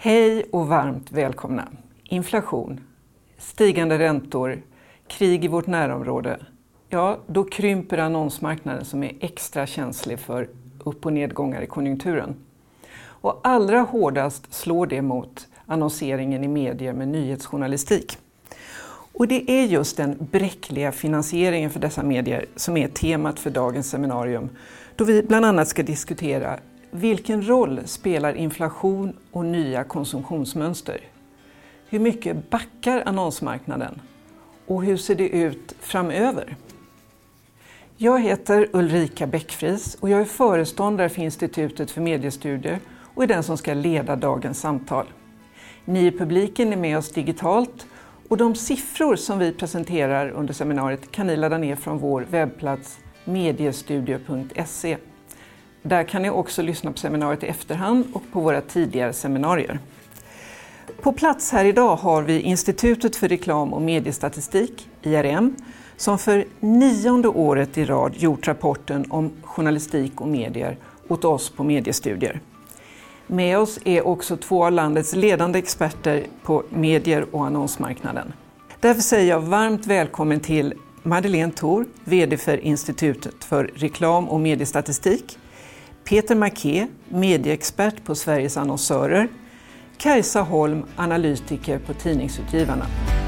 Hej och varmt välkomna. Inflation, stigande räntor, krig i vårt närområde. Ja, då krymper annonsmarknaden som är extra känslig för upp- och nedgångar i konjunkturen. Och allra hårdast slår det mot annonseringen i medier med nyhetsjournalistik. Och det är just den bräckliga finansieringen för dessa medier som är temat för dagens seminarium, då vi bland annat ska diskutera vilken roll spelar inflation och nya konsumtionsmönster? Hur mycket backar annonsmarknaden? Och hur ser det ut framöver? Jag heter Ulrika Bäckfries och jag är föreståndare för Institutet för mediestudier och är den som ska leda dagens samtal. Ni i publiken är med oss digitalt och de siffror som vi presenterar under seminariet kan ni ladda ner från vår webbplats mediestudier.se. Där kan ni också lyssna på seminariet i efterhand och på våra tidigare seminarier. På plats här idag har vi Institutet för reklam- och mediestatistik, IRM, som för 9:e året i rad gjort rapporten om journalistik och medier åt oss på mediestudier. Med oss är också två av landets ledande experter på medier och annonsmarknaden. Därför säger jag varmt välkommen till Madeleine Thor, VD för Institutet för reklam- och mediestatistik, Peter Marquet, medieexpert på Sveriges annonsörer, Kajsa Holm, analytiker på Tidningsutgivarna.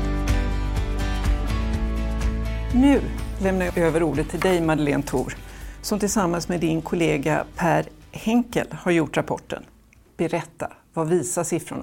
Nu lämnar jag över ordet till dig, Madeleine Thor, som tillsammans med din kollega Per Henkel har gjort rapporten. Berätta, vad visar siffrorna?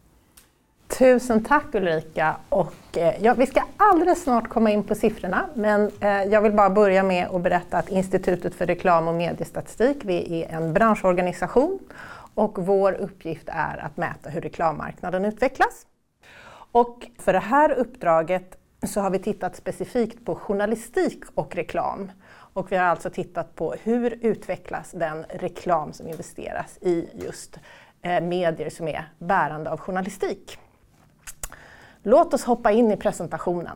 Tusen tack Ulrika, och vi ska alldeles snart komma in på siffrorna, men jag vill bara börja med att berätta att Institutet för reklam- och mediestatistik, vi är en branschorganisation och vår uppgift är att mäta hur reklammarknaden utvecklas. Och för det här uppdraget så har vi tittat specifikt på journalistik och reklam. Och vi har alltså tittat på hur utvecklas den reklam som investeras i just medier som är bärande av journalistik. Låt oss hoppa in i presentationen.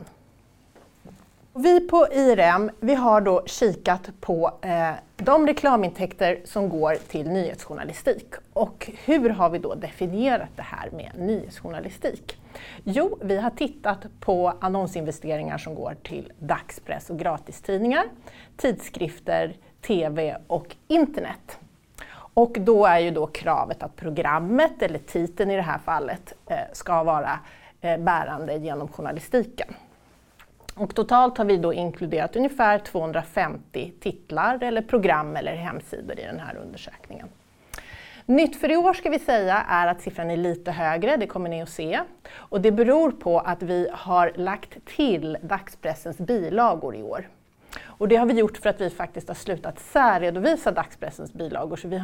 Vi på IRM vi har då kikat på de reklamintäkter som går till nyhetsjournalistik. Och hur har vi då definierat det här med nyhetsjournalistik? Jo, vi har tittat på annonsinvesteringar som går till dagspress och gratistidningar, tidskrifter, tv och internet. Och då är ju då kravet att programmet, eller titeln i det här fallet, ska vara bärande genom journalistiken. Och totalt har vi då inkluderat ungefär 250 titlar eller program eller hemsidor i den här undersökningen. Nytt för i år ska vi säga är att siffran är lite högre, det kommer ni att se. Och det beror på att vi har lagt till dagspressens bilagor i år. Och det har vi gjort för att vi faktiskt har slutat särredovisa dagspressens bilagor, så vi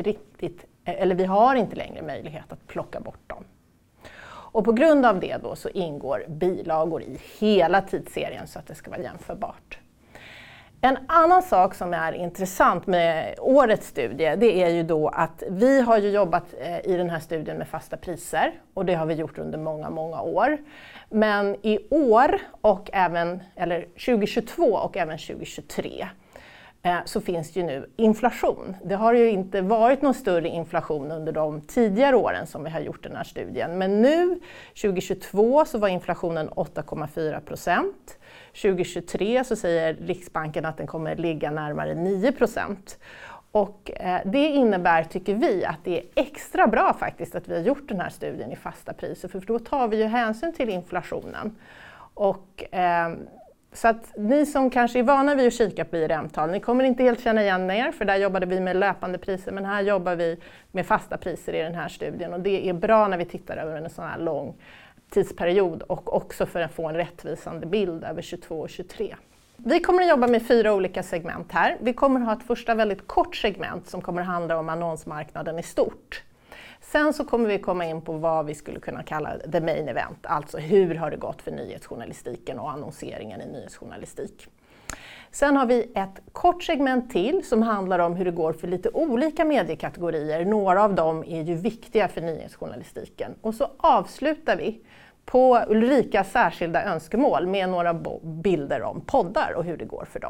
har inte längre möjlighet att plocka bort dem. Och på grund av det då så ingår bilagor i hela tidsserien så att det ska vara jämförbart. En annan sak som är intressant med årets studie, det är ju då att vi har ju jobbat i den här studien med fasta priser, och det har vi gjort under många år. Men i år och även, eller 2022 och även 2023 så finns det ju nu inflation. Det har ju inte varit någon större inflation under de tidigare åren som vi har gjort den här studien. Men nu, 2022, så var inflationen 8,4%. 2023 så säger Riksbanken att den kommer ligga närmare 9%. Och det innebär, tycker vi, att det är extra bra faktiskt att vi har gjort den här studien i fasta priser. För då tar vi ju hänsyn till inflationen. Och så att ni som kanske är vana vid att kika på IRM-tal, ni kommer inte helt känna igen er, för där jobbade vi med löpande priser, men här jobbar vi med fasta priser i den här studien. Och det är bra när vi tittar över en sån här lång tidsperiod och också för att få en rättvisande bild över 22 och 23. Vi kommer att jobba med 4 olika segment här. Vi kommer att ha ett första väldigt kort segment som kommer att handla om annonsmarknaden i stort. Sen så kommer vi komma in på vad vi skulle kunna kalla the main event, alltså hur har det gått för nyhetsjournalistiken och annonseringen i nyhetsjournalistik. Sen har vi ett kort segment till som handlar om hur det går för lite olika mediekategorier. Några av dem är ju viktiga för nyhetsjournalistiken. Och så avslutar vi på Ulrikas särskilda önskemål med några bilder om poddar och hur det går för dem.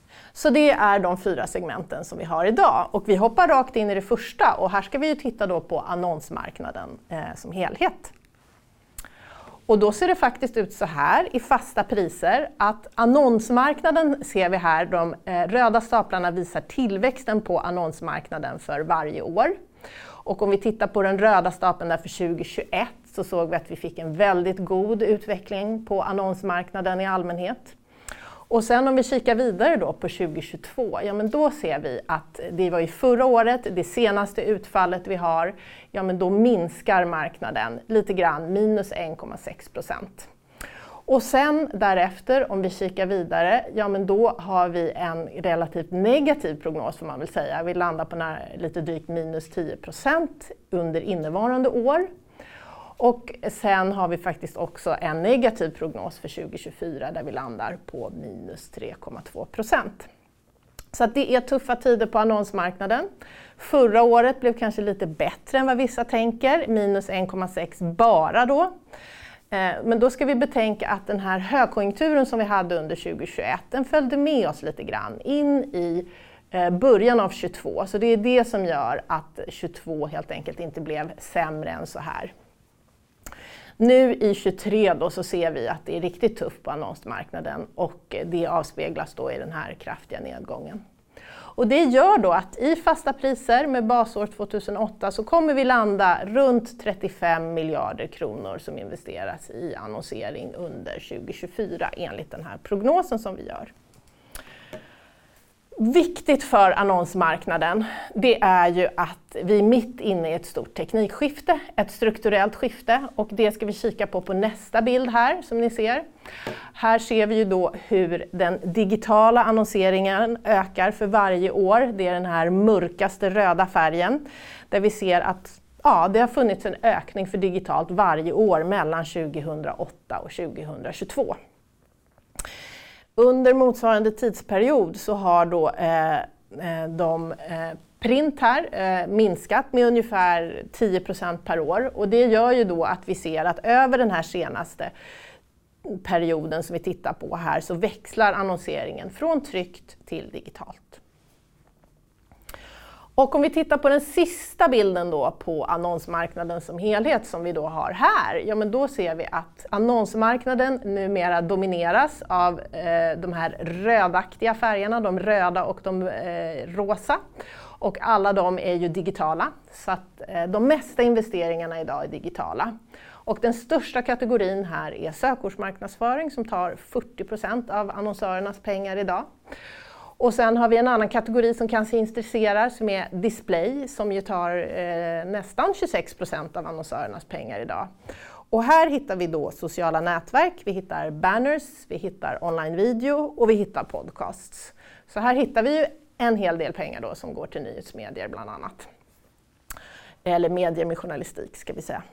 Så det är de 4 segmenten som vi har idag, och vi hoppar rakt in i det första, och här ska vi ju titta då på annonsmarknaden som helhet. Och då ser det faktiskt ut så här i fasta priser att annonsmarknaden ser vi här, de röda staplarna visar tillväxten på annonsmarknaden för varje år. Och om vi tittar på den röda stapeln där för 2021 så såg vi att vi fick en väldigt god utveckling på annonsmarknaden i allmänhet. Och sen om vi kikar vidare då på 2022, ja men då ser vi att det var ju förra året, det senaste utfallet vi har, ja men då minskar marknaden lite grann, minus 1,6%. Och sen därefter, om vi kikar vidare, ja men då har vi en relativt negativ prognos får man väl säga. Vi landar på lite drygt minus 10% under innevarande år. Och sen har vi faktiskt också en negativ prognos för 2024 där vi landar på minus 3,2%. Så att det är tuffa tider på annonsmarknaden. Förra året blev kanske lite bättre än vad vissa tänker, minus 1,6 bara då. Men då ska vi betänka att den här högkonjunkturen som vi hade under 2021, den följde med oss lite grann in i början av 2022. Så det är det som gör att 2022 helt enkelt inte blev sämre än så här. Nu i 2023 då så ser vi att det är riktigt tufft på annonsmarknaden, och det avspeglas då i den här kraftiga nedgången. Och det gör då att i fasta priser med basår 2008 så kommer vi landa runt 35 miljarder kronor som investeras i annonsering under 2024 enligt den här prognosen som vi gör. Viktigt för annonsmarknaden, det är ju att vi är mitt inne i ett stort teknikskifte, ett strukturellt skifte, och det ska vi kika på nästa bild här som ni ser. Här ser vi ju då hur den digitala annonseringen ökar för varje år. Det är den här mörkaste röda färgen där vi ser att det har funnits en ökning för digitalt varje år mellan 2008 och 2022. Under motsvarande tidsperiod så har då de print här minskat med ungefär 10% per år, och det gör ju då att vi ser att över den här senaste perioden som vi tittar på här så växlar annonseringen från tryckt till digitalt. Och om vi tittar på den sista bilden då på annonsmarknaden som helhet som vi då har här, ja men då ser vi att annonsmarknaden numera domineras av de här rödaktiga färgerna, de röda och de rosa. Och alla de är ju digitala, så att de mesta investeringarna idag är digitala. Och den största kategorin här är sökordsmarknadsföring som tar 40% av annonsörernas pengar idag. Och sen har vi en annan kategori som kanske intresserar som är display som ju tar nästan 26% av annonsörernas pengar idag. Och här hittar vi då sociala nätverk, vi hittar banners, vi hittar online video och vi hittar podcasts. Så här hittar vi ju en hel del pengar då som går till nyhetsmedier bland annat. Eller medier med journalistik ska vi säga.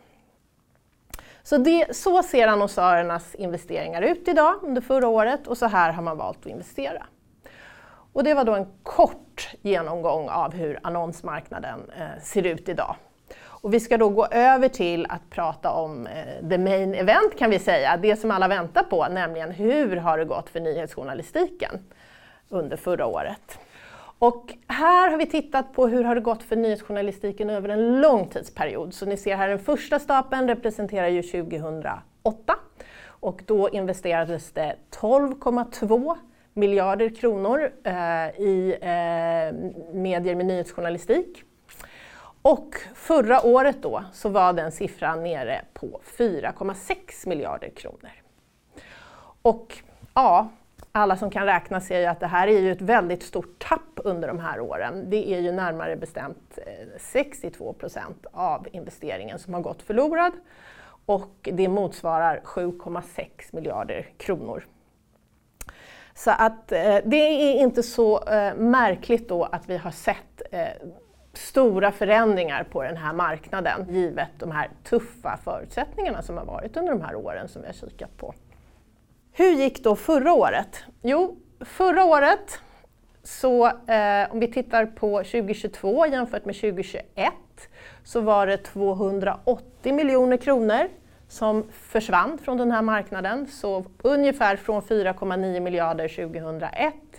Så ser annonsörernas investeringar ut idag under förra året, och så här har man valt att investera. Och det var då en kort genomgång av hur annonsmarknaden ser ut idag. Och vi ska då gå över till att prata om the main event kan vi säga, det som alla väntar på, nämligen hur har det gått för nyhetsjournalistiken under förra året. Och här har vi tittat på hur har det gått för nyhetsjournalistiken över en lång tidsperiod. Så ni ser här den första stapeln representerar ju 2008, och då investerades det 12,2 miljarder kronor i medier med nyhetsjournalistik. Och förra året då så var den siffran nere på 4,6 miljarder kronor. Och ja, alla som kan räkna ser ju att det här är ju ett väldigt stort tapp under de här åren. Det är ju närmare bestämt 62% av investeringen som har gått förlorad, och det motsvarar 7,6 miljarder kronor. Så att det är inte så märkligt då att vi har sett stora förändringar på den här marknaden givet de här tuffa förutsättningarna som har varit under de här åren som vi har kikat på. Hur gick då förra året? Jo, förra året så om vi tittar på 2022 jämfört med 2021 så var det 280 miljoner kronor som försvann från den här marknaden. Så ungefär från 4,9 miljarder 2001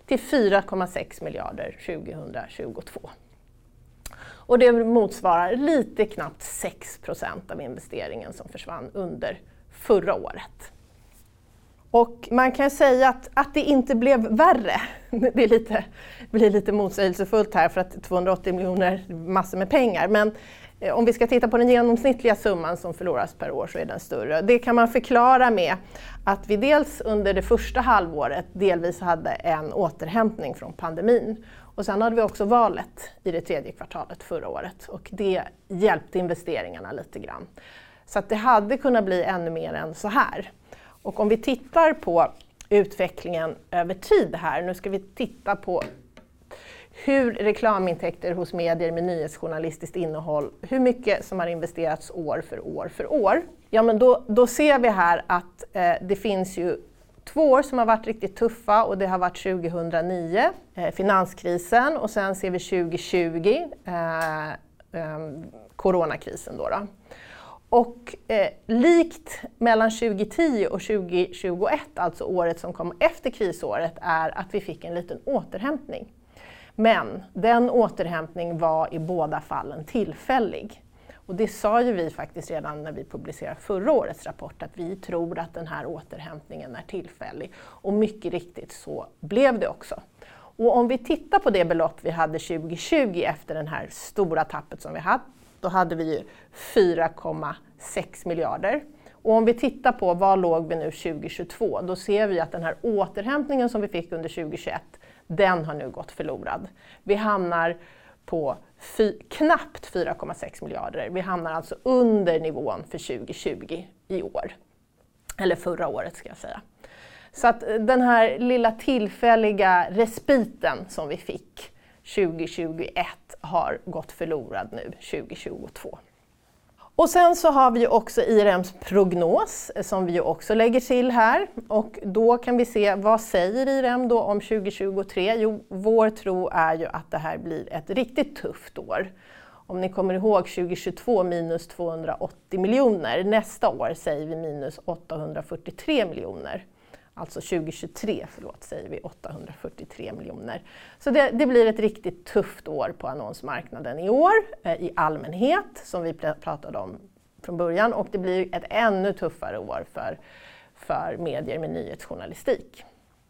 till 4,6 miljarder 2022. Och det motsvarar lite knappt 6% av investeringen som försvann under förra året. Och man kan säga att det inte blev värre. Det blir lite motsägelsefullt här för att 280 miljoner är massor med pengar. Men om vi ska titta på den genomsnittliga summan som förloras per år så är den större. Det kan man förklara med att vi dels under det första halvåret delvis hade en återhämtning från pandemin. Och sen hade vi också valet i det tredje kvartalet förra året och det hjälpte investeringarna lite grann. Så att det hade kunnat bli ännu mer än så här. Och om vi tittar på utvecklingen över tid här, nu ska vi titta på hur reklamintäkter hos medier med nyhetsjournalistiskt innehåll, hur mycket som har investerats år för år. Ja, men då ser vi här att det finns ju 2 år som har varit riktigt tuffa och det har varit 2009, finanskrisen och sen ser vi 2020, coronakrisen då. Och likt mellan 2010 och 2021, alltså året som kom efter krisåret, är att vi fick en liten återhämtning. Men den återhämtning var i båda fallen tillfällig. Och det sa ju vi faktiskt redan när vi publicerade förra årets rapport att vi tror att den här återhämtningen är tillfällig. Och mycket riktigt så blev det också. Och om vi tittar på det belopp vi hade 2020 efter den här stora tappet som vi hade, då hade vi ju 4,6 miljarder. Och om vi tittar på vad låg vi nu 2022, då ser vi att den här återhämtningen som vi fick under 2021, den har nu gått förlorad. Vi hamnar på knappt 4,6 miljarder. Vi hamnar alltså under nivån för 2020 i år. Eller förra året ska jag säga. Så att den här lilla tillfälliga respiten som vi fick 2021 har gått förlorad nu 2022. Och sen så har vi ju också IRMs prognos som vi ju också lägger till här. Och då kan vi se, vad säger IRM då om 2023? Jo, vår tro är ju att det här blir ett riktigt tufft år. Om ni kommer ihåg 2022 minus 280 miljoner. Nästa år säger vi minus 843 miljoner. Alltså 2023, säger vi 843 miljoner. Så det blir ett riktigt tufft år på annonsmarknaden i år, i allmänhet, som vi pratade om från början. Och det blir ett ännu tuffare år för medier med nyhetsjournalistik.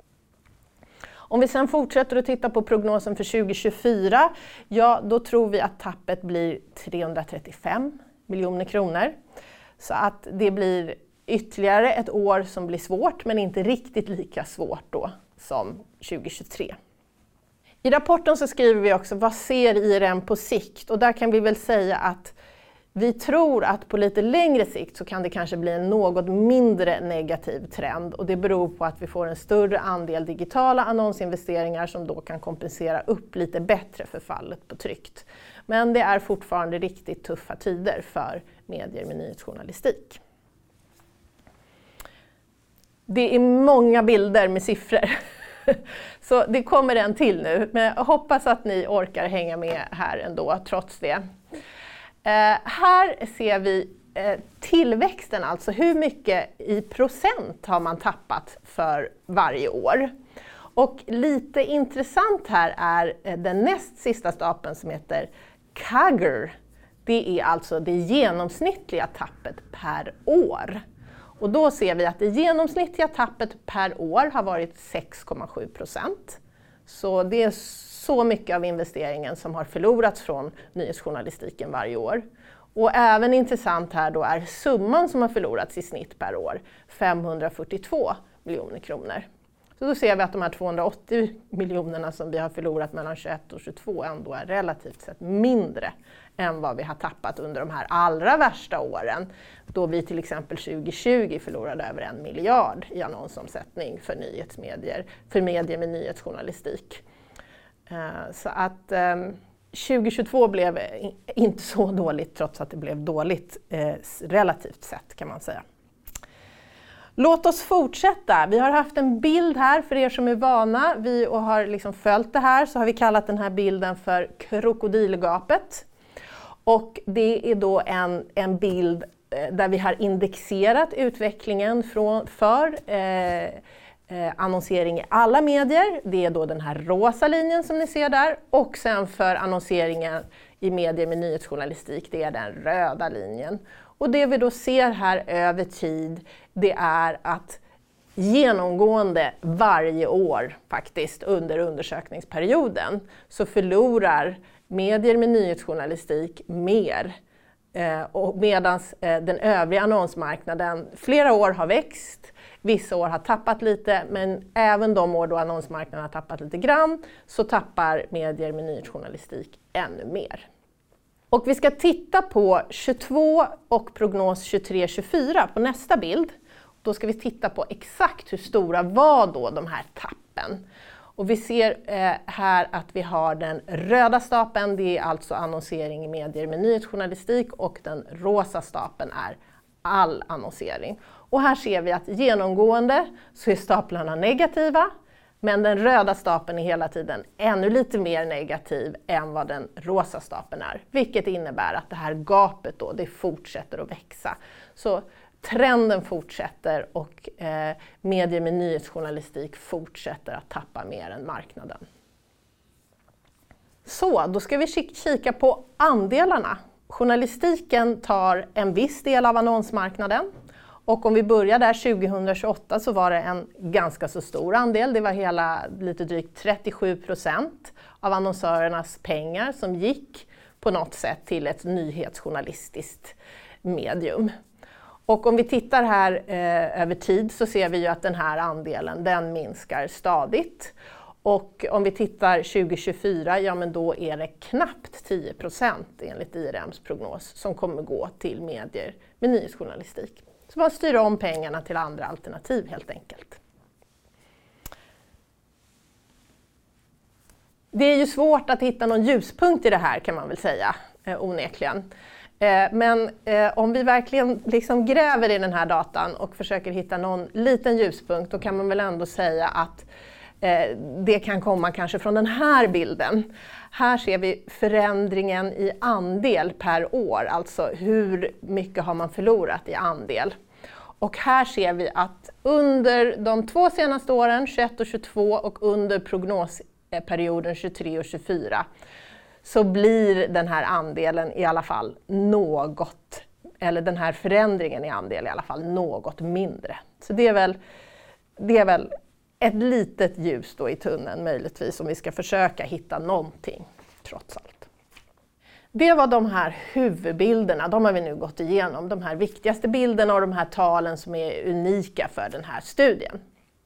Om vi sen fortsätter att titta på prognosen för 2024, ja då tror vi att tappet blir 335 miljoner kronor. Så att det blir ytterligare ett år som blir svårt, men inte riktigt lika svårt då som 2023. I rapporten så skriver vi också, vad ser IRM på sikt? Och där kan vi väl säga att vi tror att på lite längre sikt så kan det kanske bli en något mindre negativ trend. Och det beror på att vi får en större andel digitala annonsinvesteringar som då kan kompensera upp lite bättre för fallet på tryckt. Men det är fortfarande riktigt tuffa tider för medier med nyhetsjournalistik. Det är många bilder med siffror, så det kommer en till nu. Men jag hoppas att ni orkar hänga med här ändå, trots det. Här ser vi tillväxten, alltså hur mycket i procent har man tappat för varje år. Och lite intressant här är den näst sista stapeln som heter CAGR. Det är alltså det genomsnittliga tappet per år. Och då ser vi att det genomsnittliga tappet per år har varit 6,7%. Så det är så mycket av investeringen som har förlorats från nyhetsjournalistiken varje år. Och även intressant här då är summan som har förlorats i snitt per år, 542 miljoner kronor. Så då ser vi att de här 280 miljonerna som vi har förlorat mellan 21 och 22 ändå är relativt sett mindre än vad vi har tappat under de här allra värsta åren. Då vi till exempel 2020 förlorade över 1 miljard i annonsomsättning för nyhetsmedier, för medier med nyhetsjournalistik. Så att 2022 blev inte så dåligt trots att det blev dåligt relativt sett kan man säga. Låt oss fortsätta. Vi har haft en bild här för er som är vana. Vi och har liksom följt det här så har vi kallat den här bilden för krokodilgapet. Och det är då en bild där vi har indexerat utvecklingen för annonsering i alla medier, det är då den här rosa linjen som ni ser där, och sen för annonseringen i medier med nyhetsjournalistik, det är den röda linjen. Och det vi då ser här över tid, det är att genomgående varje år faktiskt under undersökningsperioden så förlorar medier med nyhetsjournalistik mer. Och medan den övriga annonsmarknaden flera år har växt, vissa år har tappat lite, men även de år då annonsmarknaden har tappat lite grann så tappar medier med nyhetsjournalistik ännu mer. Och vi ska titta på 22 och prognos 23-24 på nästa bild. Då ska vi titta på exakt hur stora var då de här tappen. Och vi ser här att vi har den röda stapeln, det är alltså annonsering i medier med nyhetsjournalistik, och den rosa stapeln är all annonsering. Och här ser vi att genomgående så är staplarna negativa, men den röda stapeln är hela tiden ännu lite mer negativ än vad den rosa stapeln är. Vilket innebär att det här gapet då, det fortsätter att växa. Så trenden fortsätter och medier med nyhetsjournalistik fortsätter att tappa mer än marknaden. Så, då ska vi kika på andelarna. Journalistiken tar en viss del av annonsmarknaden. Och om vi börjar där 2028 så var det en ganska så stor andel. Det var hela lite drygt 37% av annonsörernas pengar som gick på något sätt till ett nyhetsjournalistiskt medium. Och om vi tittar här över tid så ser vi ju att den här andelen den minskar stadigt. Och om vi tittar 2024, ja men då är det knappt 10% enligt IRMs prognos som kommer gå till medier med nyhetsjournalistik. Så man styr om pengarna till andra alternativ helt enkelt. Det är ju svårt att hitta någon ljuspunkt i det här kan man väl säga, onekligen. Men om vi verkligen liksom gräver i den här datan och försöker hitta någon liten ljuspunkt, då kan man väl ändå säga att det kan komma kanske från den här bilden. Här ser vi förändringen i andel per år, alltså hur mycket har man förlorat i andel. Och här ser vi att under de 2 senaste åren, 21 och 22, och under prognosperioden 23 och 24, så blir den här andelen i alla fall något, eller den här förändringen i andel i alla fall något mindre. Så det är väl ett litet ljus då i tunneln möjligtvis, om vi ska försöka hitta någonting trots allt. Det var de här huvudbilderna, de har vi nu gått igenom, de här viktigaste bilderna och de här talen som är unika för den här studien.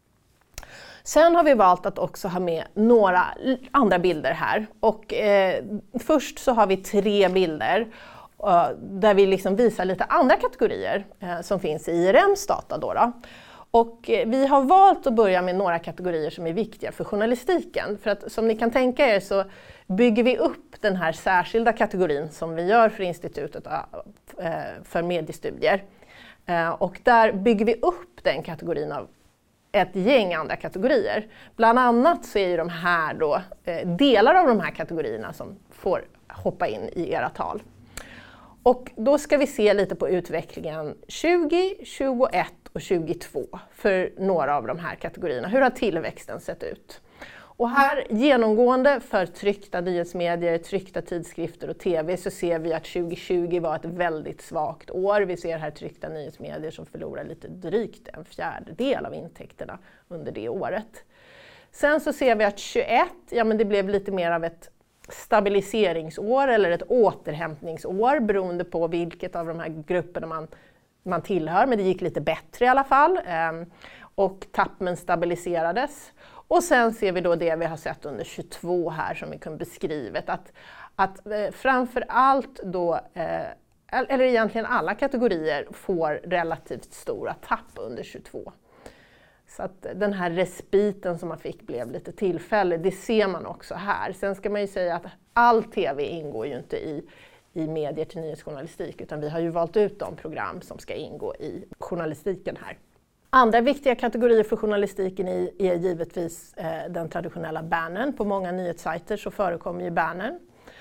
Sen har vi valt att också ha med några andra bilder här, och först så har vi 3 bilder där vi liksom visar lite andra kategorier som finns i IRMs data då. Och vi har valt att börja med några kategorier som är viktiga för journalistiken. För att som ni kan tänka er så bygger vi upp den här särskilda kategorin som vi gör för institutet för mediestudier. Och där bygger vi upp den kategorin av ett gäng andra kategorier. Bland annat så är ju de här då delar av de här kategorierna som får hoppa in i era tal. Och då ska vi se lite på utvecklingen 20, 21 och 22 för några av de här kategorierna. Hur har tillväxten sett ut? Och här genomgående för tryckta nyhetsmedier, tryckta tidskrifter och tv så ser vi att 2020 var ett väldigt svagt år. Vi ser här tryckta nyhetsmedier som förlorar lite drygt 1/4 av intäkterna under det året. Sen så ser vi att 21, ja men det blev lite mer av ett stabiliseringsår eller ett återhämtningsår beroende på vilket av de här grupperna man tillhör, men det gick lite bättre i alla fall och tappen stabiliserades. Och sen ser vi då det vi har sett under 22 här som vi kan beskrivet att framför allt då, eller egentligen alla kategorier får relativt stora tapp under 22. Så att den här respiten som man fick blev lite tillfällig, det ser man också här. Sen ska man ju säga att all tv ingår ju inte i medier till nyhetsjournalistik, utan vi har ju valt ut de program som ska ingå i journalistiken här. Andra viktiga kategorier för journalistiken är givetvis den traditionella bannern. På många nyhetssajter så förekommer ju bannern.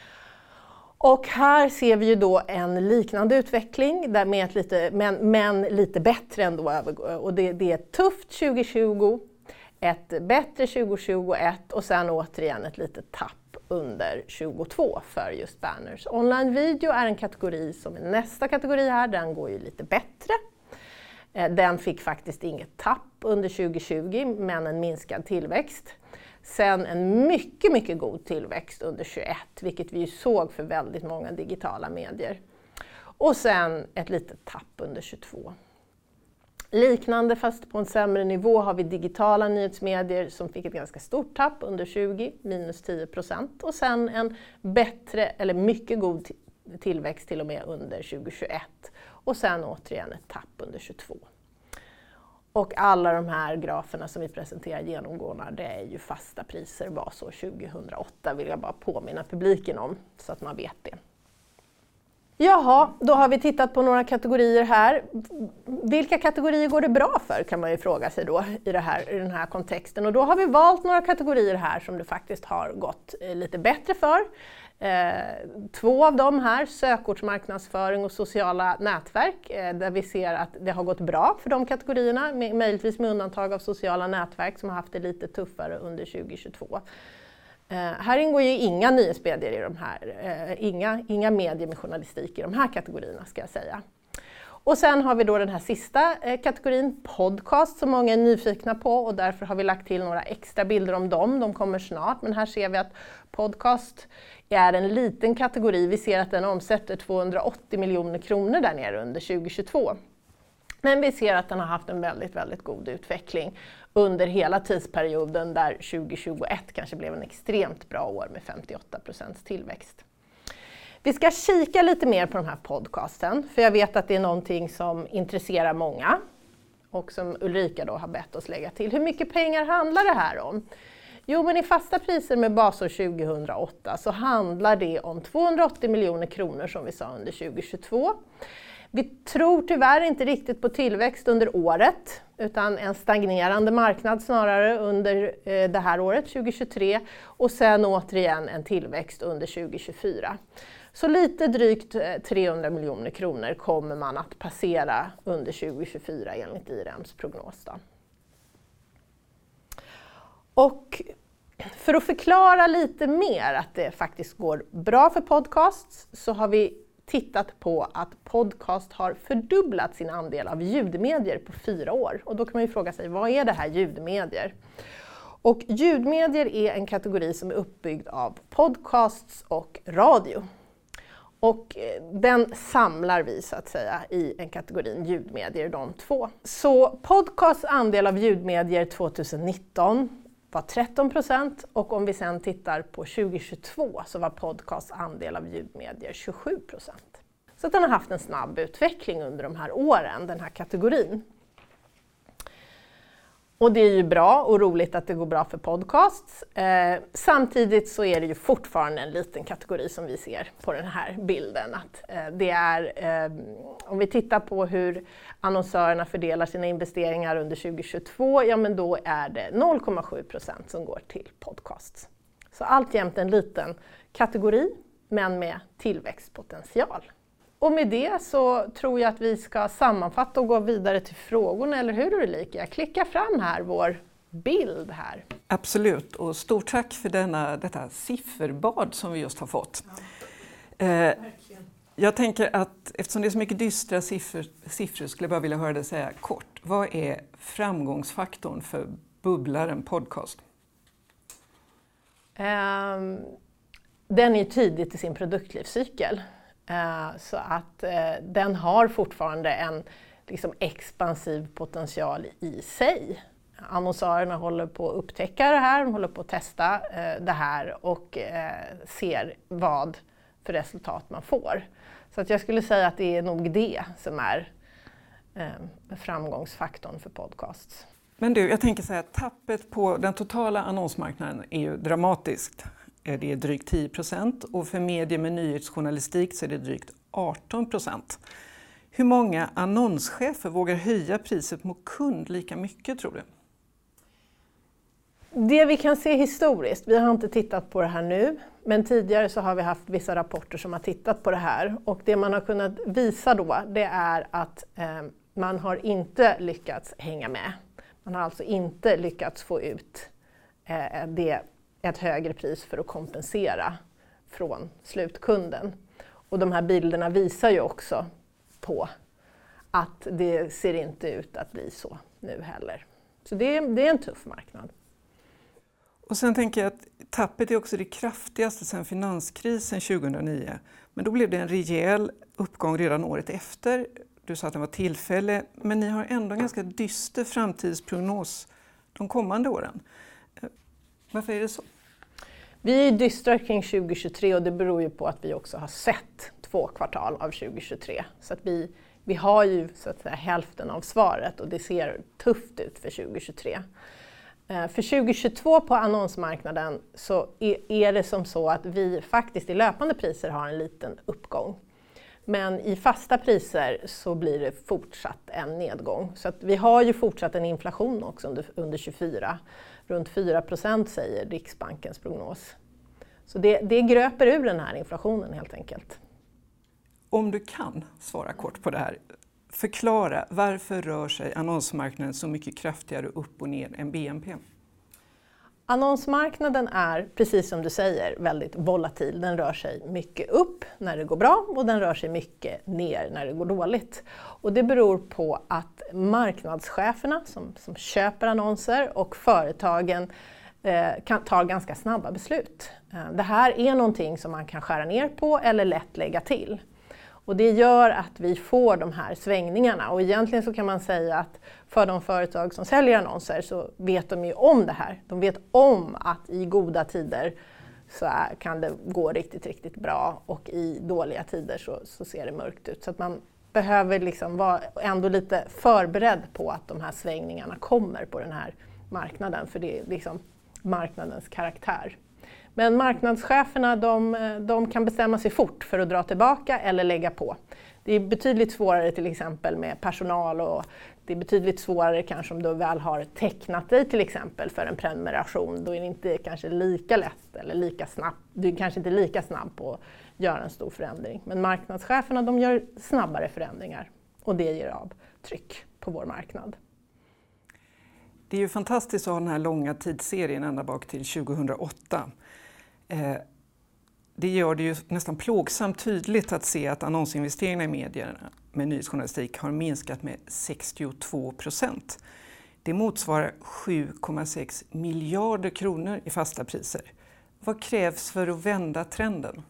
Och här ser vi ju då en liknande utveckling, där med men lite bättre ändå. Och det är tufft 2020. ett bättre 2021 och sen återigen ett litet tapp under 2022 för just banners. Online video är en kategori som är nästa kategori här, den går ju lite bättre. Den fick faktiskt inget tapp under 2020 men en minskad tillväxt. Sen en mycket, mycket god tillväxt under 2021, vilket vi ju såg för väldigt många digitala medier. Och sen ett litet tapp under 2022. Liknande fast på en sämre nivå har vi digitala nyhetsmedier som fick ett ganska stort tapp under 20, minus 10%. Och sen en bättre eller mycket god tillväxt till och med under 2021. Och sen återigen ett tapp under 2022. Och alla de här graferna som vi presenterar genomgående, det är ju fasta priser basår 2008, vill jag bara påminna publiken om så att man vet det. Jaha, då har vi tittat på några kategorier här. Vilka kategorier går det bra för kan man ju fråga sig då i den här kontexten. Och då har vi valt några kategorier här som det faktiskt har gått lite bättre för. 2 av dem här, sökordsmarknadsföring och sociala nätverk, där vi ser att det har gått bra för de kategorierna, möjligtvis med undantag av sociala nätverk som har haft det lite tuffare under 2022. Här ingår ju inga nyhetsmedier i de här, inga medier med journalistik i de här kategorierna ska jag säga. Och sen har vi då den här sista kategorin, podcast, som många är nyfikna på och därför har vi lagt till några extra bilder om dem. De kommer snart, men här ser vi att podcast är en liten kategori. Vi ser att den omsätter 280 miljoner kronor där nere under 2022. Men vi ser att den har haft en väldigt, väldigt god utveckling under hela tidsperioden där 2021 kanske blev en extremt bra år med 58% tillväxt. Vi ska kika lite mer på de här podcasten, för jag vet att det är någonting som intresserar många och som Ulrika då har bett oss lägga till. Hur mycket pengar handlar det här om? Jo, men i fasta priser med basår 2008 så handlar det om 280 miljoner kronor som vi sa under 2022. Vi tror tyvärr inte riktigt på tillväxt under året utan en stagnerande marknad snarare under det här året 2023 och sen återigen en tillväxt under 2024. Så lite drygt 300 miljoner kronor kommer man att passera under 2024 enligt IREMs prognos då. Och för att förklara lite mer att det faktiskt går bra för podcasts så har vi tittat på att podcast har fördubblat sin andel av ljudmedier på 4 år. Och då kan man ju fråga sig, vad är det här ljudmedier? Och ljudmedier är en kategori som är uppbyggd av podcasts och radio. Och den samlar vi så att säga i en kategorin ljudmedier, de 2. Så podcasts andel av ljudmedier 2019 var 13% och om vi sen tittar på 2022 så var podcasts andel av ljudmedier 27%. Så att den har haft en snabb utveckling under de här åren, den här kategorin. Och det är ju bra och roligt att det går bra för podcasts. Samtidigt så är det ju fortfarande en liten kategori som vi ser på den här bilden. Att det är, om vi tittar på hur annonsörerna fördelar sina investeringar under 2022, ja men då är det 0,7% som går till podcasts. Så alltjämt en liten kategori men med tillväxtpotential. Och med det så tror jag att vi ska sammanfatta och gå vidare till frågorna, eller hur Ulrika? Jag klickar fram här vår bild här. Absolut, och stort tack för detta sifferbad som vi just har fått. Ja, jag tänker att eftersom det är så mycket dystra siffror skulle jag bara vilja höra dig säga kort. Vad är framgångsfaktorn för bubblaren podcast? Den är tidigt i sin produktlivscykel. Så att den har fortfarande en liksom expansiv potential i sig. Annonsörerna håller på att upptäcka det här, de håller på att testa det här och ser vad för resultat man får. Så att jag skulle säga att det är nog det som är framgångsfaktorn för podcasts. Men du, jag tänker så här, tappet på den totala annonsmarknaden är ju dramatiskt. Det är drygt 10% och för medier med nyhetsjournalistik så är det drygt 18%. Hur många annonschefer vågar höja priset mot kund lika mycket tror du? Det vi kan se historiskt, vi har inte tittat på det här nu, men tidigare så har vi haft vissa rapporter som har tittat på det här och det man har kunnat visa då det är att man har inte lyckats hänga med. Man har alltså inte lyckats få ut ett högre pris för att kompensera från slutkunden. Och de här bilderna visar ju också på att det ser inte ut att bli så nu heller. Så det är en tuff marknad. Och sen tänker jag att tappet är också det kraftigaste sedan finanskrisen 2009. Men då blev det en rejäl uppgång redan året efter. Du sa att den var tillfällig, men ni har ändå en ganska dyster framtidsprognos de kommande åren. Varför är det så? Vi är dystra kring 2023 och det beror ju på att vi också har sett 2 kvartal av 2023. Så att vi har ju så att säga hälften av svaret och det ser tufft ut för 2023. För 2022 på annonsmarknaden så är det som så att vi faktiskt i löpande priser har en liten uppgång. Men i fasta priser så blir det fortsatt en nedgång. Så att vi har ju fortsatt en inflation också under 24. Runt 4% säger Riksbankens prognos. Så det gröper ur den här inflationen helt enkelt. Om du kan svara kort på det här. Förklara varför rör sig annonsmarknaden så mycket kraftigare upp och ner än BNP? Annonsmarknaden är, precis som du säger, väldigt volatil. Den rör sig mycket upp när det går bra och den rör sig mycket ner när det går dåligt. Och det beror på att marknadscheferna som köper annonser och företagen tar ganska snabba beslut. Det här är någonting som man kan skära ner på eller lätt lägga till. Och det gör att vi får de här svängningarna och egentligen så kan man säga att för de företag som säljer annonser så vet de ju om det här. De vet om att i goda tider så kan det gå riktigt, riktigt bra och i dåliga tider så ser det mörkt ut. Så att man behöver liksom vara ändå lite förberedd på att de här svängningarna kommer på den här marknaden för det är liksom marknadens karaktär. Men marknadscheferna de kan bestämma sig fort för att dra tillbaka eller lägga på. Det är betydligt svårare till exempel med personal och det är betydligt svårare kanske om du väl har tecknat dig till exempel för en prenumeration. Då är det inte kanske lika lätt eller lika snabbt. Du är kanske inte lika snabb på att göra en stor förändring. Men marknadscheferna de gör snabbare förändringar och det ger avtryck på vår marknad. Det är ju fantastiskt att ha den här långa tidsserien ända bak till 2008. Det gör det ju nästan plågsamt tydligt att se att annonsinvesteringarna i medierna med nyhetsjournalistik har minskat med 62%. Det motsvarar 7,6 miljarder kronor i fasta priser. Vad krävs för att vända trenden?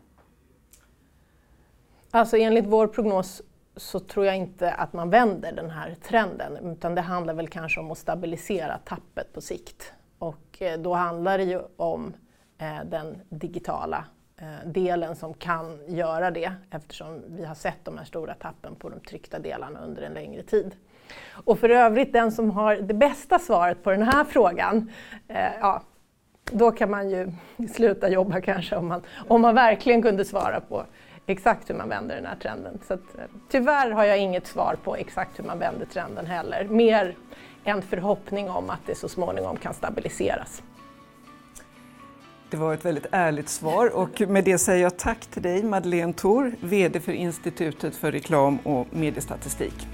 Alltså enligt vår prognos så tror jag inte att man vänder den här trenden utan det handlar väl kanske om att stabilisera tappet på sikt. Och då handlar det ju om den digitala delen som kan göra det eftersom vi har sett de här stora tappen på de tryckta delarna under en längre tid. Och för övrigt den som har det bästa svaret på den här frågan, då kan man ju sluta jobba kanske om man verkligen kunde svara på exakt hur man vänder den här trenden. Så att, tyvärr har jag inget svar på exakt hur man vänder trenden heller. Mer en förhoppning om att det så småningom kan stabiliseras. Det var ett väldigt ärligt svar och med det säger jag tack till dig Madeleine Thor, VD för Institutet för reklam och mediestatistik.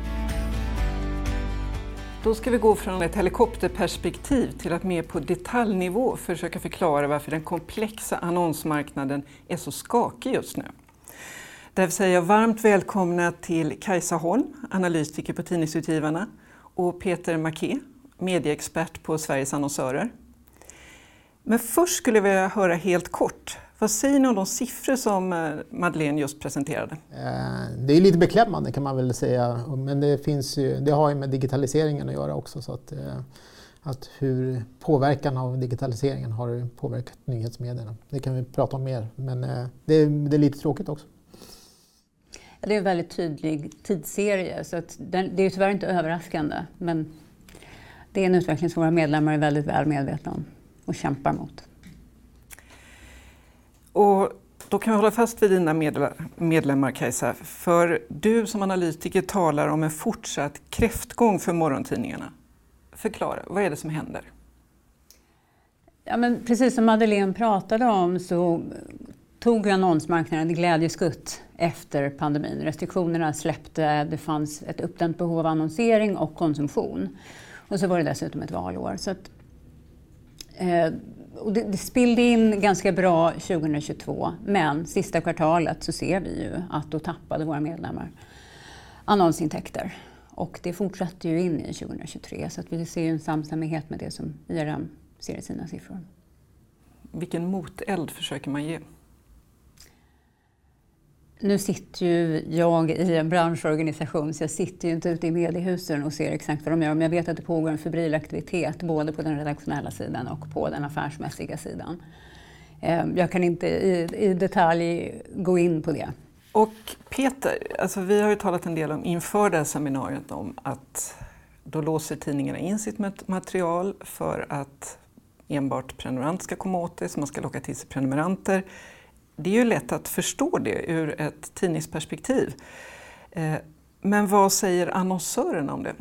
Då ska vi gå från ett helikopterperspektiv till att mer på detaljnivå försöka förklara varför den komplexa annonsmarknaden är så skakig just nu. Därför säger jag varmt välkomna till Kajsa Holm, analytiker på Tidningsutgivarna, och Peter Marquet, medieexpert på Sveriges annonsörer. Men först skulle jag vilja höra helt kort, vad säger ni om de siffror som Madeleine just presenterade? Det är lite beklämmande kan man väl säga, men det har ju med digitaliseringen att göra också. Så att hur påverkan av digitaliseringen har påverkat nyhetsmedierna. Det kan vi prata om mer, men det är lite tråkigt också. Det är en väldigt tydlig tidsserie så att det är tyvärr inte överraskande, men det är en utveckling som våra medlemmar är väldigt väl medvetna om och kämpar mot. Och då kan vi hålla fast vid dina medlemmar, Kajsa, för du som analytiker talar om en fortsatt kräftgång för morgontidningarna. Förklara, vad är det som händer? Ja, men precis som Madeleine pratade om så tog annonsmarknaden glädjeskutt efter pandemin. Restriktionerna släppte, det fanns ett uppdämt behov av annonsering och konsumtion. Och så var det dessutom ett valår. Så att, och det spillde in ganska bra 2022, men sista kvartalet så ser vi ju att då tappade våra medlemmar annonsintäkter. Och det fortsatte ju in i 2023, så att vi ser ju en samstämmighet med det som IRM ser i sina siffror. Vilken moteld försöker man ge? Nu sitter ju jag i en branschorganisation, så jag sitter ju inte ute i mediehusen och ser exakt vad de gör. Men jag vet att det pågår en febril aktivitet både på den redaktionella sidan och på den affärsmässiga sidan. Jag kan inte i detalj gå in på det. Och Peter, alltså vi har ju talat en del om inför det här seminariet om att då låser tidningarna in sitt material för att enbart prenumerant ska komma åt det, så man ska locka till sig prenumeranter. Det är ju lätt att förstå det ur ett tidningsperspektiv. Men vad säger annonsörerna om det?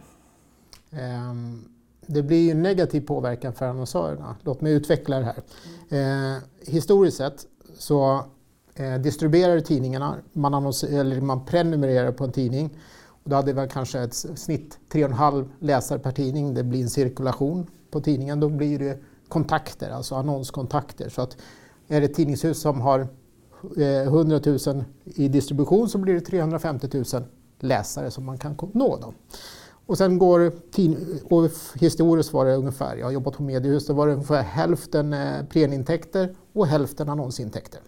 Det blir ju negativ påverkan för annonsörerna. Låt mig utveckla det här. Historiskt sett så distribuerar tidningarna, man prenumererar på en tidning. Och då hade vi kanske ett snitt 3,5 läsare per tidning. Det blir en cirkulation på tidningen. Då blir det kontakter, alltså annonskontakter. Så att är det ett tidningshus som har 100 000 i distribution så blir det 350 000 läsare som man kan nå dem. Och sen och historiskt var det ungefär, jag har jobbat på mediehus, då var det ungefär hälften prenintäkter och hälften annonsintäkter.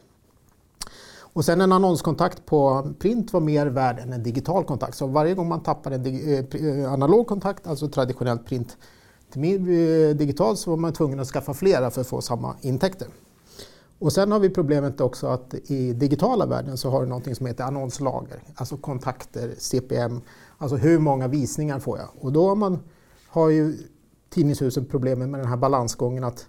Och sen en annonskontakt på print var mer värd än en digital kontakt. Så varje gång man tappar en analog kontakt, alltså traditionellt print till digitalt, så var man tvungen att skaffa flera för att få samma intäkter. Och sen har vi problemet också att i digitala världen så har du något som heter annonslager, alltså kontakter, CPM, alltså hur många visningar får jag. Och då har ju tidningshusen problemet med den här balansgången att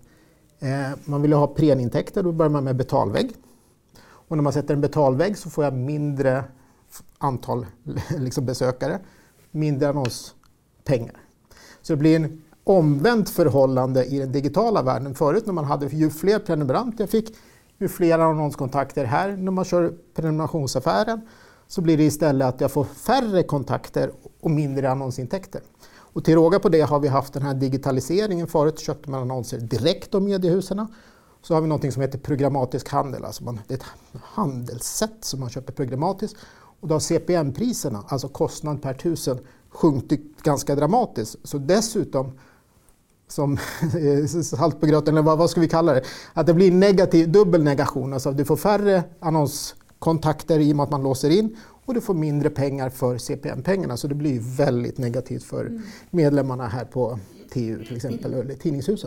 man vill ha prenintäkter, då börjar man med betalvägg. Och när man sätter en betalvägg så får jag mindre antal besökare, mindre annonspengar. Så det blir en omvänt förhållande i den digitala världen. Förut när man hade ju fler prenumeranter jag fick, ju fler annonskontakter här. När man kör prenumerationsaffären så blir det istället att jag får färre kontakter och mindre annonsintäkter. Och till råga på det har vi haft den här digitaliseringen. Förut köpte man annonser direkt av mediehusen. Så har vi något som heter programmatisk handel. Alltså det är ett handelssätt som man köper programmatiskt. Och då har CPM-priserna, alltså kostnad per 1000, sjunkit ganska dramatiskt. Så dessutom, som salt på gröten, eller vad ska vi kalla det, att det blir dubbel negation. Alltså du får färre annonskontakter i och med att man låser in och du får mindre pengar för CPM-pengarna. Så det blir väldigt negativt för medlemmarna här på TU till exempel, eller tidningshusen.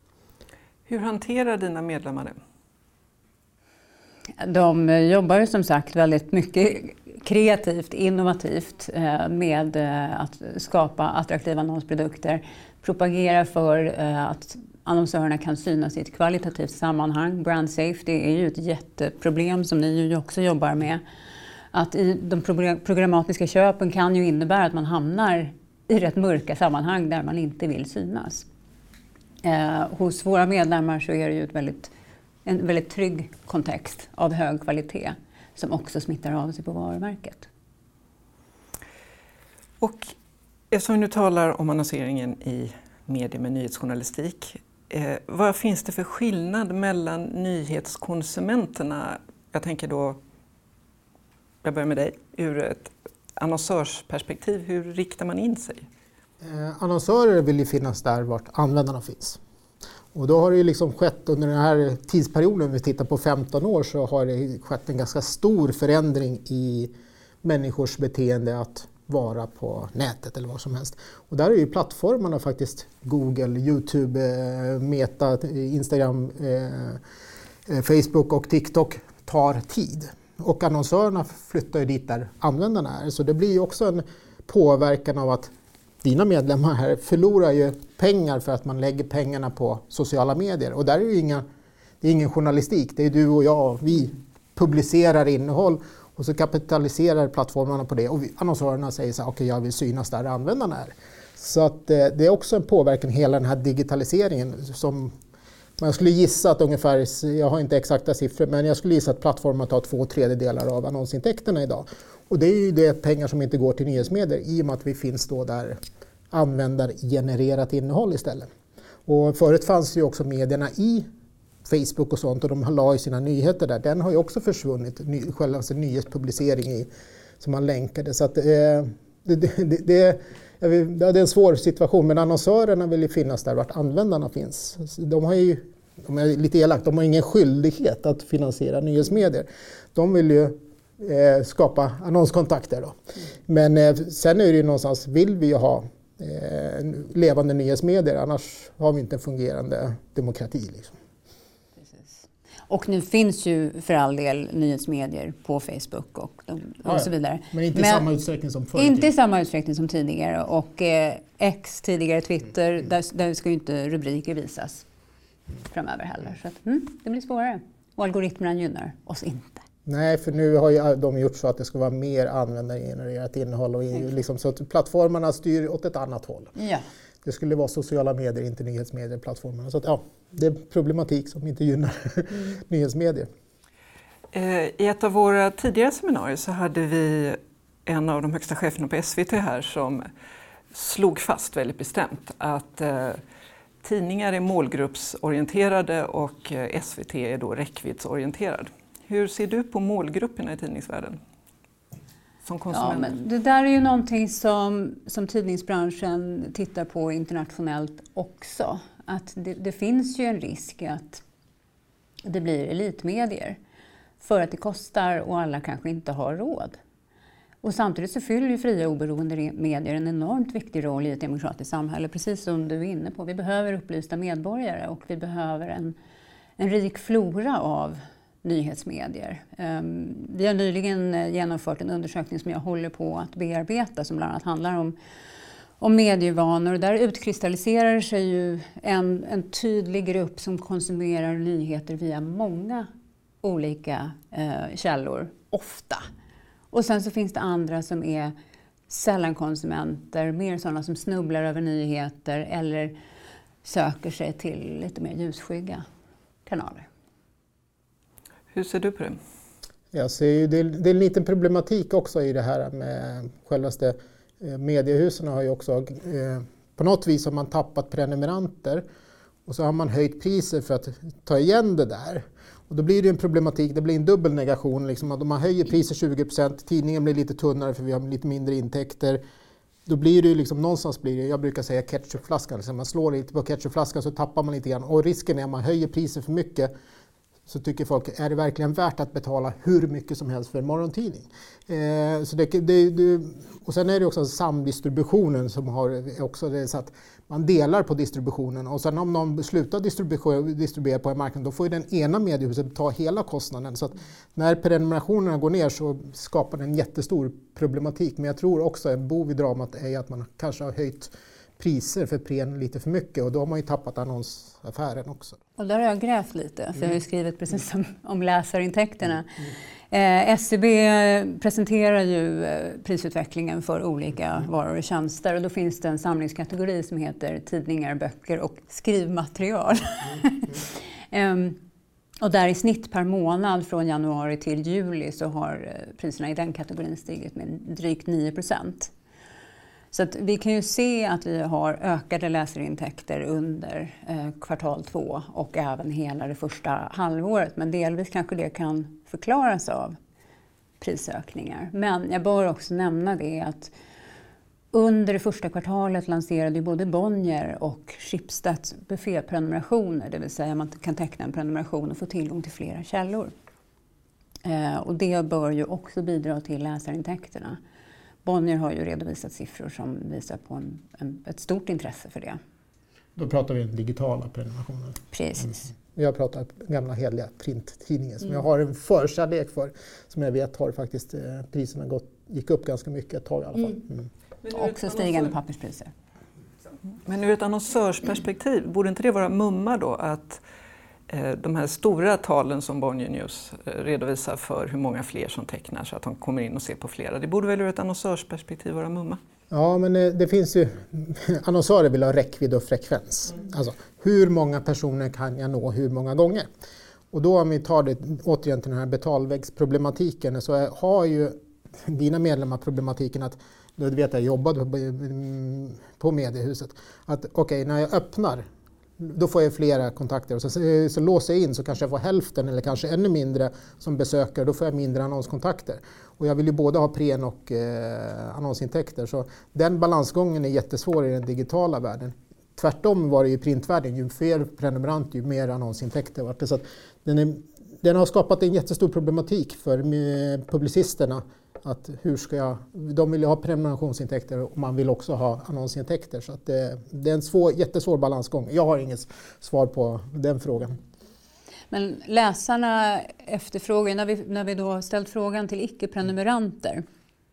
Hur hanterar dina medlemmar det? De jobbar som sagt väldigt mycket kreativt, innovativt med att skapa attraktiva annonsprodukter, propagera för att annonsörerna kan synas i ett kvalitativt sammanhang. Brand safety är ju ett jätteproblem som ni ju också jobbar med. Att i de programmatiska köpen kan ju innebära att man hamnar i rätt mörka sammanhang där man inte vill synas. Hos våra medlemmar så är det ju en väldigt trygg kontext av hög kvalitet som också smittar av sig på varumärket. Och eftersom vi nu talar om annonseringen i medier med nyhetsjournalistik, vad finns det för skillnad mellan nyhetskonsumenterna? Jag tänker då, jag börjar med dig, ur ett annonsörsperspektiv, hur riktar man in sig? Annonsörer vill ju finnas där vart användarna finns. Och då har det ju skett under den här tidsperioden, vi tittar på 15 år, så har det skett en ganska stor förändring i människors beteende att vara på nätet eller vad som helst. Och där är ju plattformarna faktiskt Google, YouTube, Meta, Instagram, Facebook och TikTok tar tid. Och annonsörerna flyttar ju dit där användarna är. Så det blir ju också en påverkan av att dina medlemmar här förlorar ju pengar för att man lägger pengarna på sociala medier. Och där är ju ingen journalistik. Det är du och jag. Vi publicerar innehåll och så kapitaliserar plattformarna på det. Och annonsörerna säger så här, okej, jag vill synas där användarna är. Så att det är också en påverkan hela den här digitaliseringen som man skulle gissa att ungefär, jag har inte exakta siffror, men jag skulle gissa att plattformarna tar 2/3 av annonsintäkterna idag. Och det är ju det pengar som inte går till nyhetsmedier i och med att vi finns då där användargenererat innehåll istället. Och förut fanns ju också medierna i Facebook och sånt och de la ju sina nyheter där. Den har ju också försvunnit, själva nyhetspublicering som man länkade. Så att, det är en svår situation, men annonsörerna vill ju finnas där vart användarna finns. De är lite elakt, de har ingen skyldighet att finansiera nyhetsmedier. De vill ju skapa annonskontakter då. Men sen är det ju någonstans, vill vi ju ha levande nyhetsmedier, annars har vi inte en fungerande demokrati. Liksom. Precis. Och nu finns ju för all del nyhetsmedier på Facebook och så vidare. Men inte i samma utsträckning som förr. Inte i samma utsträckning som tidigare. Och X, tidigare Twitter, där ska ju inte rubriker visas framöver heller. Så att, det blir svårare. Och algoritmerna gynnar oss inte. Nej, för nu har ju de gjort så att det ska vara mer användargenererat innehåll och liksom, så att plattformarna styr åt ett annat håll. Ja. Det skulle vara sociala medier, inte nyhetsmedier, plattformarna. Så att, det är problematik som inte gynnar nyhetsmedier. I ett av våra tidigare seminarier så hade vi en av de högsta cheferna på SVT här som slog fast väldigt bestämt att tidningar är målgruppsorienterade och SVT är då räckviddsorienterad. Hur ser du på målgrupperna i tidningsvärlden som konsument? Ja, men det där är ju någonting som tidningsbranschen tittar på internationellt också. Att det finns ju en risk att det blir elitmedier för att det kostar och alla kanske inte har råd. Och samtidigt så fyller ju fria oberoende medier en enormt viktig roll i ett demokratiskt samhälle, precis som du är inne på. Vi behöver upplysta medborgare och vi behöver en rik flora av nyhetsmedier. Vi har nyligen genomfört en undersökning som jag håller på att bearbeta som bland annat handlar om medievanor. Där utkristalliserar sig ju en tydlig grupp som konsumerar nyheter via många olika källor, ofta. Och sen så finns det andra som är sällan-konsumenter, mer sådana som snubblar över nyheter eller söker sig till lite mer ljusskygga kanaler. Hur ser du på det? Jag ser ju, det är en liten problematik också i det här med självaste mediehusen har ju också på något vis har man tappat prenumeranter och så har man höjt priser för att ta igen det där. Och då blir det en problematik, det blir en dubbel negation. Liksom, att om man höjer priser 20%, tidningen blir lite tunnare för vi har lite mindre intäkter. Då blir det ju liksom, någonstans blir det, jag brukar säga ketchupflaskan. Liksom, man slår lite på ketchupflaskan så tappar man lite grann. Och risken är att man höjer priser för mycket så tycker folk, är det verkligen värt att betala hur mycket som helst för en morgontidning? Så och sen är det också samdistributionen som har också det så att man delar på distributionen och sen om någon slutar distribuera på en marknad då får ju den ena mediehuset ta hela kostnaden. Så att när prenumerationerna går ner så skapar det en jättestor problematik. Men jag tror också en bov i dramat är att man kanske har höjt priser för pren lite för mycket och då har man ju tappat annonsaffären också. Och där har jag grävt lite, för jag har ju skrivit precis om läsarintäkterna. SCB presenterar ju prisutvecklingen för olika varor och tjänster och då finns det en samlingskategori som heter tidningar, böcker och skrivmaterial. Och där i snitt per månad från januari till juli så har priserna i den kategorin stigit med drygt 9%. Så att vi kan ju se att vi har ökade läsarintäkter under kvartal 2 och även hela det första halvåret. Men delvis kanske det kan förklaras av prisökningar. Men jag bör också nämna det att under det första kvartalet lanserade ju både Bonnier och Schibsted bufféprenumerationer. Det vill säga man kan teckna en prenumeration och få tillgång till flera källor. Och det bör ju också bidra till läsarintäkterna. Bonnier har ju redovisat siffror som visar på ett stort intresse för det. Då pratar vi om digitala prenumerationer. Precis. Jag pratar gamla heliga printtidningen som jag har en förkärlek för. Som jag vet har faktiskt priserna gick upp ganska mycket ett tag i alla fall. Också stigande papperspriser. Men ur ett annonsörsperspektiv, borde inte det vara mumma då att de här stora talen som Bonnier News redovisar för hur många fler som tecknar så att de kommer in och ser på flera. Det borde väl ur ett annonsörsperspektiv vara mumma? Ja, men det finns ju... Annonsörer vill ha räckvidd och frekvens. Alltså, hur många personer kan jag nå hur många gånger? Och då om vi tar det återigen till den här betalväggsproblematiken så har ju dina medlemmar problematiken att då vet jag jobbade på Mediehuset, att okej, när jag öppnar då får jag flera kontakter och så låser jag in så kanske jag får hälften eller kanske ännu mindre som besökare, då får jag mindre annonskontakter. Och jag vill ju både ha pren- och annonsintäkter, så den balansgången är jättesvår i den digitala världen. Tvärtom var det i printvärlden, ju fler prenumeranter ju mer annonsintäkter var det. Så att den har skapat en jättestor problematik för publicisterna. Att de vill ha prenumerationsintäkter och man vill också ha annonsintäkter. Så att det är en jättesvår balansgång. Jag har inget svar på den frågan. Men läsarna efterfrågar, när vi då har ställt frågan till icke-prenumeranter,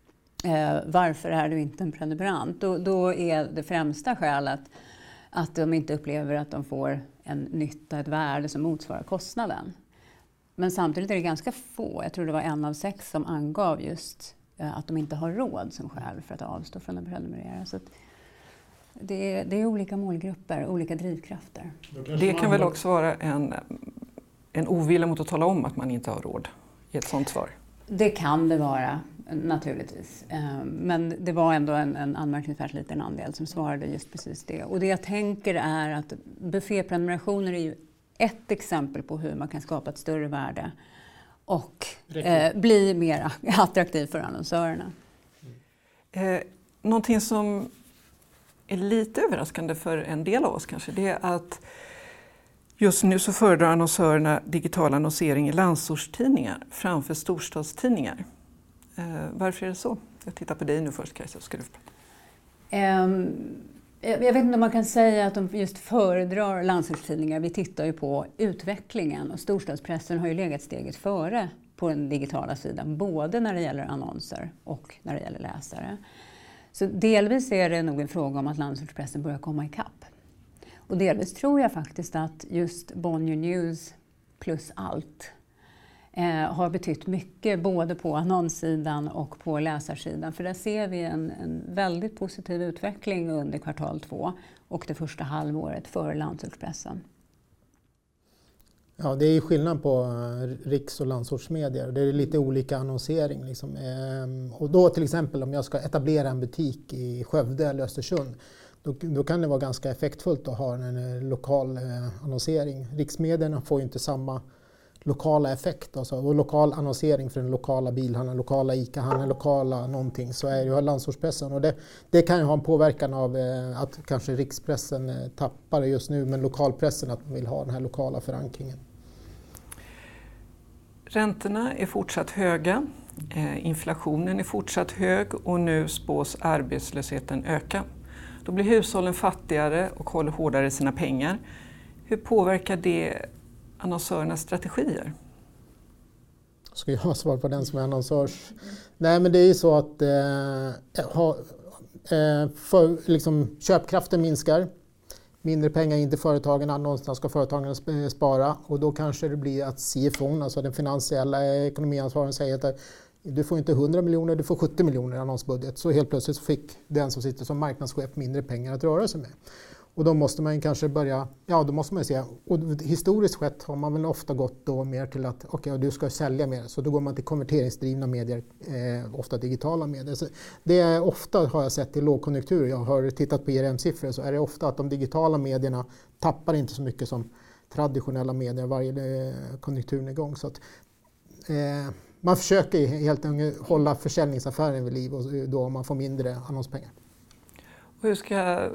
varför är du inte en prenumerant? Då är det främsta skälet att de inte upplever att de får en nytta, ett värde som motsvarar kostnaden. Men samtidigt är det ganska få, jag tror det var 1 av 6 som angav just att de inte har råd som skäl för att avstå från att prenumerera. Så att det är olika målgrupper, olika drivkrafter. Det kan väl också vara en ovilja mot att tala om att man inte har råd i ett sådant svar? Det kan det vara, naturligtvis. Men det var ändå en anmärkningsvärt liten andel som svarade just precis det. Och det jag tänker är att bufféprenumerationer är ju ett exempel på hur man kan skapa ett större värde och bli mer attraktiv för annonsörerna. Någonting som är lite överraskande för en del av oss kanske, det är att just nu så föredrar annonsörerna digital annonsering i landsortstidningar framför storstadstidningar. Varför är det så? Jag tittar på dig nu först, Kajsa, ska du få prata. Jag vet inte om man kan säga att de just föredrar landsortstidningar. Vi tittar ju på utvecklingen och storstadspressen har ju legat steget före på den digitala sidan, både när det gäller annonser och när det gäller läsare. Så delvis är det nog en fråga om att landsortspressen börjar komma ikapp. Och delvis tror jag faktiskt att just Bonnier News plus allt har betytt mycket både på annonssidan och på läsarsidan. För där ser vi en väldigt positiv utveckling under kvartal 2 och det första halvåret för landsortspressen. Ja, det är ju skillnad på riks- och landsortsmedier. Det är lite olika annonsering. Liksom. Och då till exempel om jag ska etablera en butik i Skövde eller Östersund, då kan det vara ganska effektfullt att ha en lokal annonsering. Riksmedierna får ju inte samma lokala effekt. Alltså, och lokal annonsering för den lokala bilhandeln, lokala ICA-handeln, lokala någonting, så är det ju landsortspressen. Och det kan ju ha en påverkan av att kanske rikspressen tappar det just nu, men lokalpressen att man vill ha den här lokala förankringen. Räntorna är fortsatt höga, inflationen är fortsatt hög och nu spås arbetslösheten öka. Då blir hushållen fattigare och håller hårdare i sina pengar. Hur påverkar det annonsörernas strategier? Ska jag ha svar på den som är annonsörs? Nej, men det är ju så att köpkraften minskar. Mindre pengar in till företagen, annonserna ska företagen spara och då kanske det blir att CFO, alltså den finansiella ekonomiansvarigen, säger att du får inte 100 miljoner, du får 70 miljoner i annonsbudget. Så helt plötsligt fick den som sitter som marknadschef mindre pengar att röra sig med. Och då måste man kanske börja, då måste man se, och historiskt sett har man väl ofta gått då mer till att du ska sälja mer, så då går man till konverteringsdrivna medier, ofta digitala medier. Så det är ofta, har jag sett i lågkonjunktur, jag har tittat på IRM-siffror, så är det ofta att de digitala medierna tappar inte så mycket som traditionella medier varje konjunkturnedgång. Så att, man försöker helt enkelt hålla försäljningsaffären vid liv och då man får mindre annonspengar. Och hur ska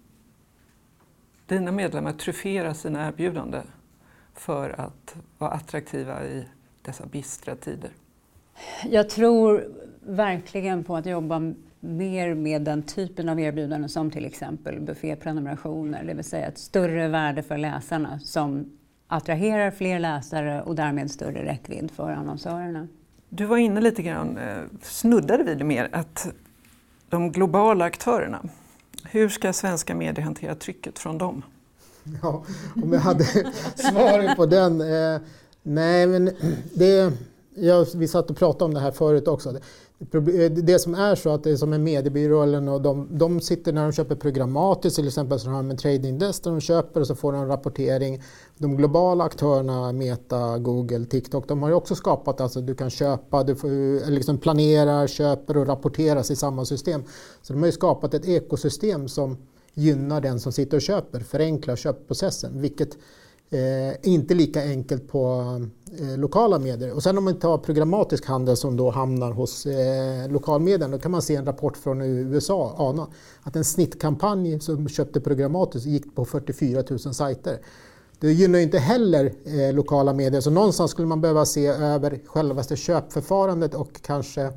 dina medlemmar truffera sina erbjudanden för att vara attraktiva i dessa bistra tider? Jag tror verkligen på att jobba mer med den typen av erbjudanden som till exempel bufféprenumerationer, det vill säga ett större värde för läsarna som attraherar fler läsare och därmed större räckvidd för annonsörerna. Du var inne lite grann, snuddade vid det mer, att de globala aktörerna, hur ska svenska medier hantera trycket från dem? Ja, om jag hade svaret på den. Nej, men vi satt och pratade om det här förut också. Det som är så att det är som en mediebyrå eller de sitter när de köper programmatiskt, till exempel så har de en trading desk där de köper och så får de en rapportering. De globala aktörerna, Meta, Google, TikTok, de har ju också skapat, alltså du kan köpa, du får liksom planera, köper och rapporteras i samma system. Så de har ju skapat ett ekosystem som gynnar den som sitter och köper, förenklar köpprocessen, vilket inte lika enkelt på lokala medier. Och sen om man tar programmatisk handel som då hamnar hos lokalmedien, då kan man se en rapport från USA, ANA, att en snittkampanj som köpte programmatiskt gick på 44 000 sajter. Det gynnar inte heller lokala medier, så någonstans skulle man behöva se över självaste köpförfarandet och kanske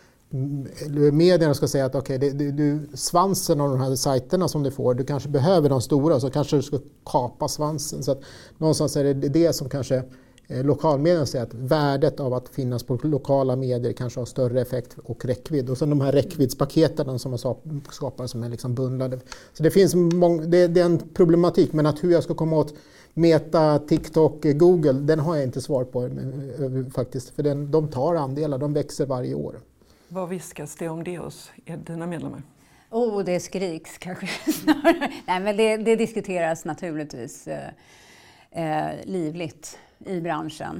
medierna ska säga att okej, svansen av de här sajterna som du får, du kanske behöver de stora, så kanske du ska kapa svansen. Så att någonstans är det som kanske lokalmedierna säger, att värdet av att finnas på lokala medier kanske har större effekt och räckvidd. Och sen de här räckviddspaketen som man skapar som är liksom bundlade. Så det finns det är en problematik, men att hur jag ska komma åt Meta, TikTok, Google, den har jag inte svar på faktiskt. För de tar andelar, de växer varje år. Vad viskas det om det hos dina medlemmar? Det skriks kanske snarare. Nej, men det diskuteras naturligtvis livligt i branschen.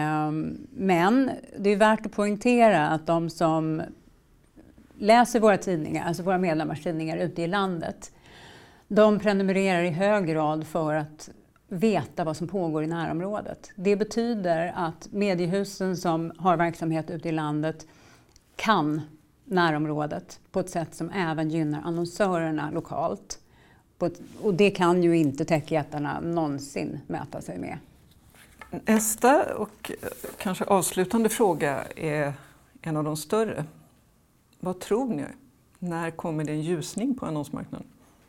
Men det är värt att poängtera att de som läser våra tidningar, alltså våra medlemmars tidningar ute i landet, de prenumererar i hög grad för att veta vad som pågår i närområdet. Det betyder att mediehusen som har verksamhet ute i landet kan närområdet på ett sätt som även gynnar annonsörerna lokalt. Och det kan ju inte techjättarna någonsin mäta sig med. Nästa och kanske avslutande fråga är en av de större. Vad tror ni? När kommer det en ljusning på annonsmarknaden?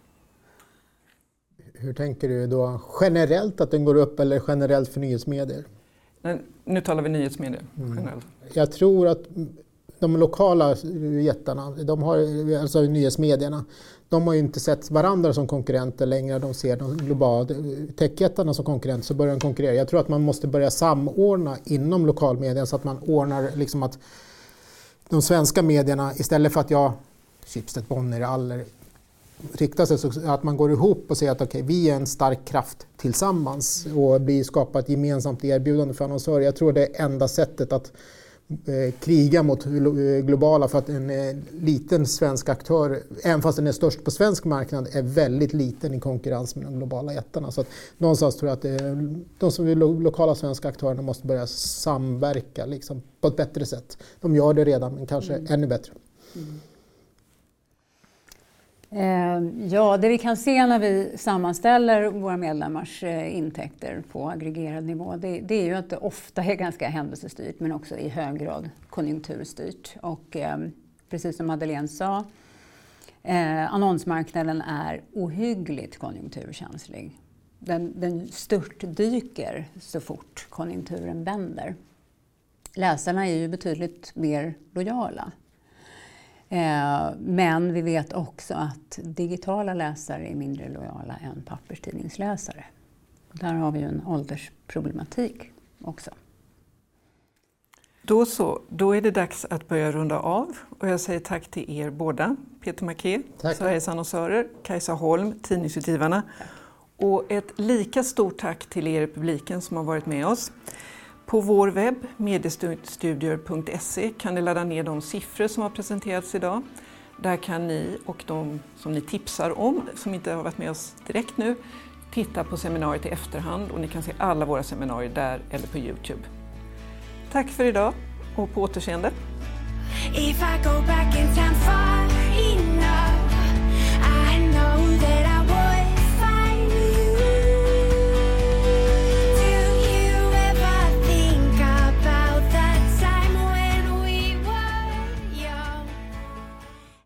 Hur tänker du då? Generellt att den går upp eller generellt för nyhetsmedier? Nu talar vi nyhetsmedier generellt. Jag tror att de lokala jättarna, alltså nyhetsmedierna, de har ju inte sett varandra som konkurrenter längre. De ser de globala techjättarna som konkurrenter, så börjar de konkurrera. Jag tror att man måste börja samordna inom lokalmedierna så att man ordnar liksom att de svenska medierna, istället för att Schibsted, Bonnier, Aller riktar sig, så att man går ihop och säger att okej, vi är en stark kraft tillsammans och skapar ett gemensamt erbjudande för annonsörer. Jag tror det är enda sättet att kriga mot globala, för att en liten svensk aktör, även fast den är störst på svensk marknad, är väldigt liten i konkurrens med de globala jättarna. Så att någonstans tror jag att de som är lokala svenska aktörerna måste börja samverka liksom, på ett bättre sätt. De gör det redan, men kanske ännu bättre. Ja, det vi kan se när vi sammanställer våra medlemmars intäkter på aggregerad nivå, det är ju att det ofta är ganska händelsestyrt, men också i hög grad konjunkturstyrt. Och precis som Madeleine sa, annonsmarknaden är ohyggligt konjunkturkänslig. Den störtdyker så fort konjunkturen vänder. Läsarna är ju betydligt mer lojala. Men vi vet också att digitala läsare är mindre lojala än papperstidningsläsare. Där har vi ju en åldersproblematik också. Då är det dags att börja runda av. Och jag säger tack till er båda. Peter Marquet, Sveriges annonsörer, Kajsa Holm, Tidningsutgivarna. Och ett lika stort tack till er i publiken som har varit med oss. På vår webb, mediestudier.se, kan ni ladda ner de siffror som har presenterats idag. Där kan ni och de som ni tipsar om, som inte har varit med oss direkt nu, titta på seminariet i efterhand, och ni kan se alla våra seminarier där eller på YouTube. Tack för idag och på återseende. If I go back in time